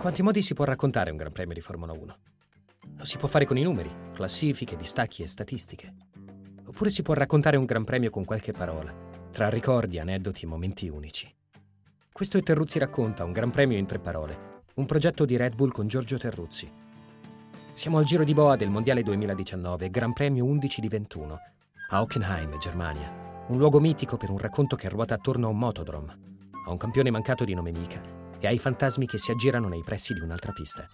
quanti modi si può raccontare un Gran Premio di Formula 1? Lo si può fare con i numeri, classifiche, distacchi e statistiche. Oppure si può raccontare un Gran Premio con qualche parola, tra ricordi, aneddoti e momenti unici. Questo è Terruzzi racconta, un Gran Premio in 3 parole, un progetto di Red Bull con Giorgio Terruzzi. Siamo al Giro di Boa del Mondiale 2019, Gran Premio 11 di 21, a Hockenheim, Germania. Un luogo mitico per un racconto che ruota attorno a un motodrome, a un campione mancato di nome Mika e ai fantasmi che si aggirano nei pressi di un'altra pista.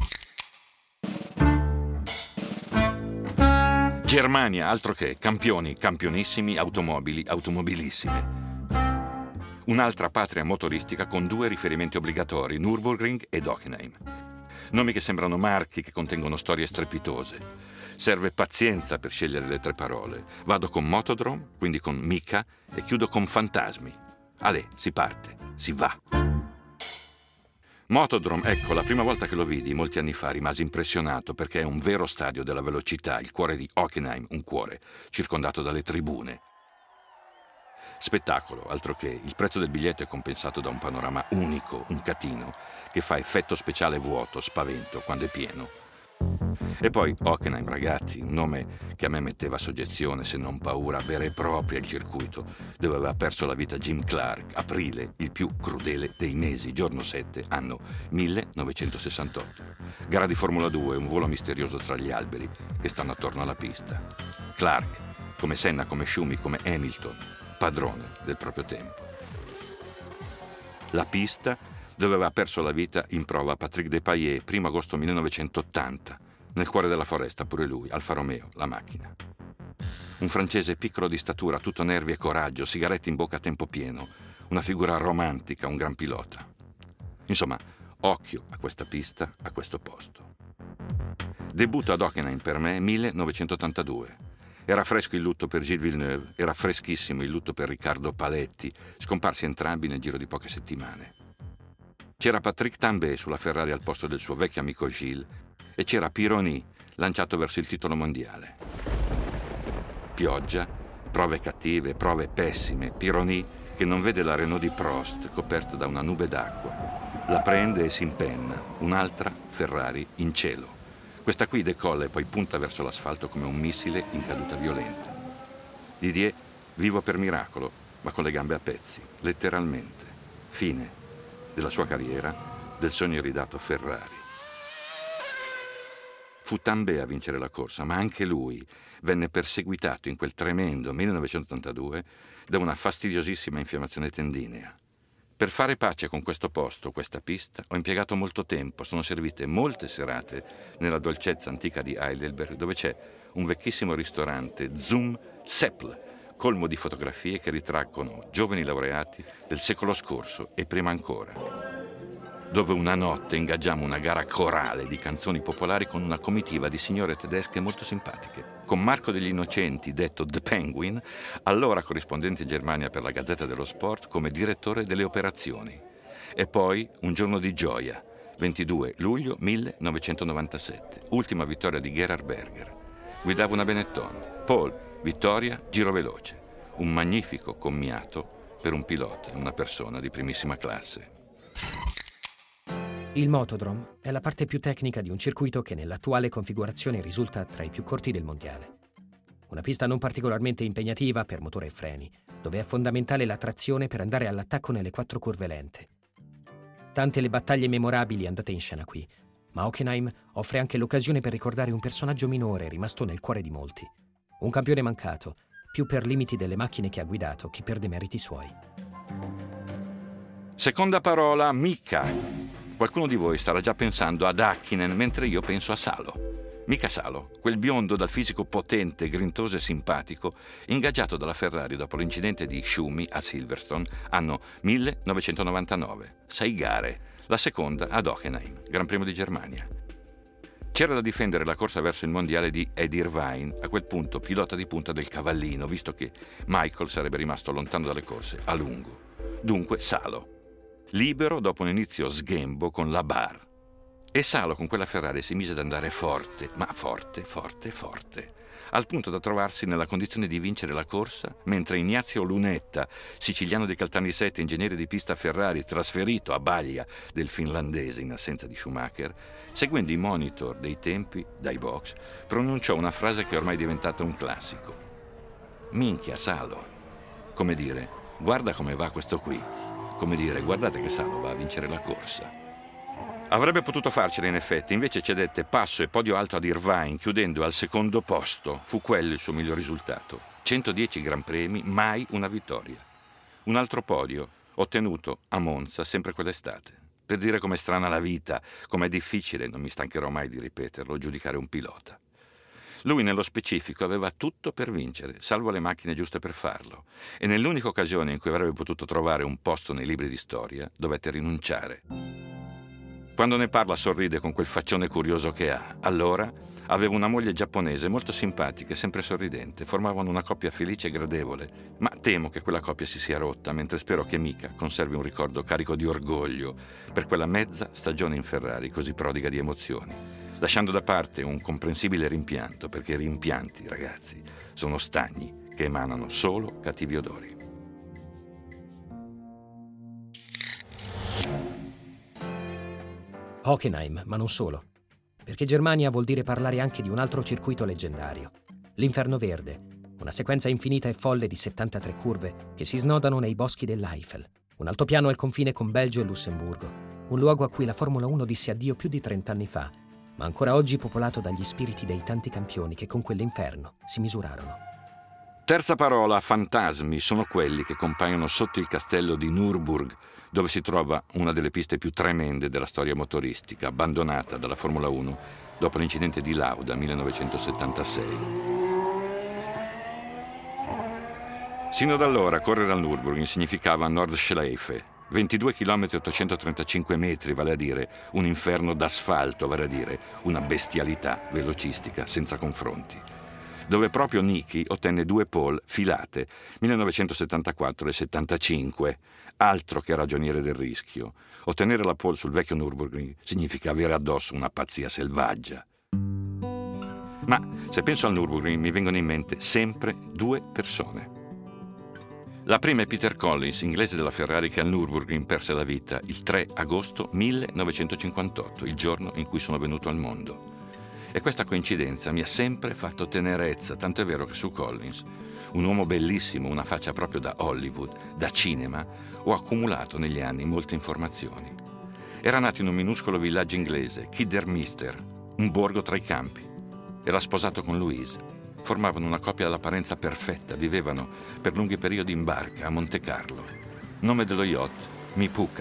Germania, altro che campioni, campionissimi, automobili, automobilissime. Un'altra patria motoristica con 2 riferimenti obbligatori, Nürburgring ed Hockenheim. Nomi che sembrano marchi che contengono storie strepitose. Serve pazienza per scegliere le 3 parole. Vado con Motodrome, quindi con Mika, e chiudo con fantasmi. Ale, si parte, si va. Motodrome, ecco, la prima volta che lo vidi, molti anni fa, rimasi impressionato perché è un vero stadio della velocità, il cuore di Hockenheim, un cuore, circondato dalle tribune. Spettacolo, altro che. Il prezzo del biglietto è compensato da un panorama unico, un catino, che fa effetto speciale vuoto, spavento, quando è pieno. E poi Hockenheim, ragazzi, un nome che a me metteva soggezione, se non paura vera e propria, il circuito dove aveva perso la vita Jim Clark, aprile, il più crudele dei mesi, giorno 7, anno 1968. Gara di Formula 2, un volo misterioso tra gli alberi che stanno attorno alla pista. Clark, come Senna, come Schumi, come Hamilton, padrone del proprio tempo. La pista dove aveva perso la vita in prova Patrick Depailler, 1 agosto 1980, nel cuore della foresta, pure lui, Alfa Romeo, la macchina. Un francese piccolo di statura, tutto nervi e coraggio, sigarette in bocca a tempo pieno, una figura romantica, un gran pilota. Insomma, occhio a questa pista, a questo posto. Debutto ad Hockenheim per me 1982. Era fresco il lutto per Gilles Villeneuve, era freschissimo il lutto per Riccardo Paletti, scomparsi entrambi nel giro di poche settimane. C'era Patrick Tambay sulla Ferrari al posto del suo vecchio amico Gilles e c'era Pironi lanciato verso il titolo mondiale. Pioggia, prove cattive, prove pessime, Pironi che non vede la Renault di Prost coperta da una nube d'acqua. La prende e si impenna, un'altra Ferrari in cielo. Questa qui decolla e poi punta verso l'asfalto come un missile in caduta violenta. Didier, vivo per miracolo, ma con le gambe a pezzi, letteralmente. Fine della sua carriera, del sogno ridato Ferrari. Fu Tambay a vincere la corsa, ma anche lui venne perseguitato in quel tremendo 1982 da una fastidiosissima infiammazione tendinea. Per fare pace con questo posto, questa pista, ho impiegato molto tempo, sono servite molte serate nella dolcezza antica di Heidelberg, dove c'è un vecchissimo ristorante, Zum Seppl, colmo di fotografie che ritraggono giovani laureati del secolo scorso e prima ancora, dove una notte ingaggiamo una gara corale di canzoni popolari con una comitiva di signore tedesche molto simpatiche, con Marco degli Innocenti, detto The Penguin, allora corrispondente in Germania per la Gazzetta dello Sport, come direttore delle operazioni. E poi un giorno di gioia, 22 luglio 1997, ultima vittoria di Gerhard Berger. Guidava una Benetton, Paul, vittoria, giro veloce. Un magnifico commiato per un pilota, una persona di primissima classe. Il motodrome è la parte più tecnica di un circuito che nell'attuale configurazione risulta tra i più corti del mondiale. Una pista non particolarmente impegnativa per motore e freni, dove è fondamentale la trazione per andare all'attacco nelle 4 curve lente. Tante le battaglie memorabili andate in scena qui, ma Hockenheim offre anche l'occasione per ricordare un personaggio minore rimasto nel cuore di molti. Un campione mancato, più per limiti delle macchine che ha guidato che per demeriti suoi. Seconda parola, Mika. Qualcuno di voi starà già pensando ad Häkkinen mentre io penso a Salo. Mika Salo, quel biondo dal fisico potente, grintoso e simpatico, ingaggiato dalla Ferrari dopo l'incidente di Schumi a Silverstone, anno 1999. 6 gare, la seconda ad Hockenheim, Gran Premio di Germania. C'era da difendere la corsa verso il mondiale di Eddie Irvine, a quel punto pilota di punta del cavallino, visto che Michael sarebbe rimasto lontano dalle corse a lungo. Dunque Salo, libero dopo un inizio sghembo con la Bar. E Salo con quella Ferrari si mise ad andare forte, ma forte, forte, forte. al punto da trovarsi nella condizione di vincere la corsa, mentre Ignazio Lunetta, siciliano di Caltanissette, ingegnere di pista Ferrari, trasferito a Baglia del finlandese in assenza di Schumacher, seguendo i monitor dei tempi dai box, pronunciò una frase che è ormai diventata un classico. Minchia, Salo. Come dire, guarda come va questo qui. Come dire, guardate che Salo va a vincere la corsa. Avrebbe potuto farcela in effetti, invece cedette passo e podio alto ad Irvine, chiudendo al secondo posto. Fu quello il suo miglior risultato. 110 Gran Premi, mai una vittoria. Un altro podio, ottenuto a Monza, sempre quell'estate. Per dire com'è strana la vita, com'è difficile, non mi stancherò mai di ripeterlo, giudicare un pilota. Lui nello specifico aveva tutto per vincere, salvo le macchine giuste per farlo. E nell'unica occasione in cui avrebbe potuto trovare un posto nei libri di storia, dovette rinunciare. Quando ne parla sorride con quel faccione curioso che ha. Allora aveva una moglie giapponese molto simpatica e sempre sorridente. Formavano una coppia felice e gradevole. Ma temo che quella coppia si sia rotta, mentre spero che Mika conservi un ricordo carico di orgoglio per quella mezza stagione in Ferrari così prodiga di emozioni, lasciando da parte un comprensibile rimpianto, perché i rimpianti, ragazzi, sono stagni che emanano solo cattivi odori. Hockenheim, ma non solo. Perché Germania vuol dire parlare anche di un altro circuito leggendario. L'Inferno Verde, una sequenza infinita e folle di 73 curve che si snodano nei boschi dell'Eifel. Un altopiano al confine con Belgio e Lussemburgo. Un luogo a cui la Formula 1 disse addio più di 30 anni fa, ma ancora oggi popolato dagli spiriti dei tanti campioni che con quell'inferno si misurarono. Terza parola, fantasmi, sono quelli che compaiono sotto il castello di Nürburg, dove si trova una delle piste più tremende della storia motoristica, abbandonata dalla Formula 1 dopo l'incidente di Lauda 1976. Sino ad allora correre al Nürburgring significava Nordschleife, 22 km 835 metri, vale a dire un inferno d'asfalto, vale a dire una bestialità velocistica senza confronti, dove proprio Niki ottenne 2 pole filate, 1974 e 75, altro che ragioniere del rischio. Ottenere la pole sul vecchio Nürburgring significa avere addosso una pazzia selvaggia. Ma se penso al Nürburgring mi vengono in mente sempre 2 persone. La prima è Peter Collins, inglese della Ferrari, che al Nürburgring perse la vita il 3 agosto 1958, il giorno in cui sono venuto al mondo. E questa coincidenza mi ha sempre fatto tenerezza, tanto è vero che su Collins, un uomo bellissimo, una faccia proprio da Hollywood, da cinema, ho accumulato negli anni molte informazioni. Era nato in un minuscolo villaggio inglese, Kidderminster, un borgo tra i campi. Era sposato con Louise. Formavano una coppia dall'apparenza perfetta, vivevano per lunghi periodi in barca a Monte Carlo. Nome dello yacht, Mipuka.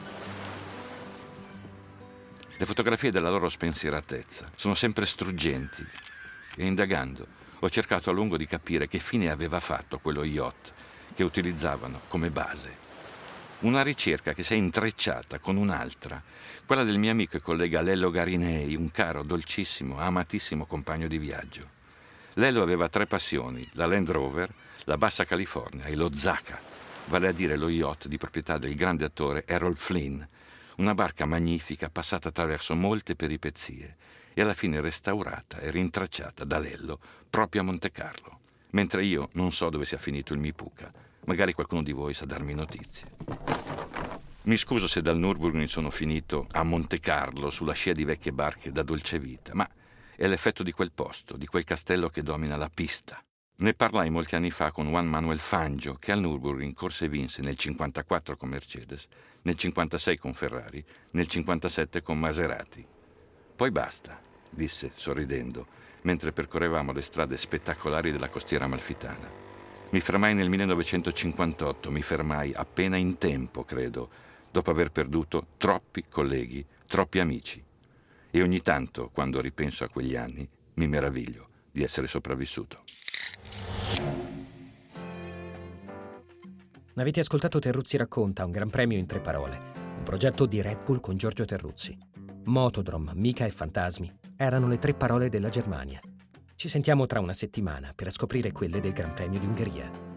Le fotografie della loro spensieratezza sono sempre struggenti e indagando ho cercato a lungo di capire che fine aveva fatto quello yacht che utilizzavano come base. Una ricerca che si è intrecciata con un'altra, quella del mio amico e collega Lello Garinei, un caro, dolcissimo, amatissimo compagno di viaggio. Lello aveva 3 passioni, la Land Rover, la Bassa California e lo Zaka, vale a dire lo yacht di proprietà del grande attore Errol Flynn, una barca magnifica passata attraverso molte peripezie e alla fine restaurata e rintracciata da Lello proprio a Monte Carlo, mentre io non so dove sia finito il Mipuka. Magari qualcuno di voi sa darmi notizie. Mi scuso se dal Nürburgring sono finito a Monte Carlo sulla scia di vecchie barche da dolce vita, ma è l'effetto di quel posto, di quel castello che domina la pista. Ne parlai molti anni fa con Juan Manuel Fangio, che al Nürburgring corse e vinse nel 54 con Mercedes, nel 56 con Ferrari, nel 57 con Maserati. Poi basta, disse sorridendo, mentre percorrevamo le strade spettacolari della costiera amalfitana. Mi fermai nel 1958, mi fermai appena in tempo, credo, dopo aver perduto troppi colleghi, troppi amici. E ogni tanto, quando ripenso a quegli anni, mi meraviglio di essere sopravvissuto. Avete ascoltato Terruzzi racconta, un gran premio in 3 parole, un progetto di Red Bull con Giorgio Terruzzi. Motodrome, Mika e fantasmi erano le 3 parole della Germania. Ci sentiamo tra una settimana per scoprire quelle del Gran Premio di Ungheria.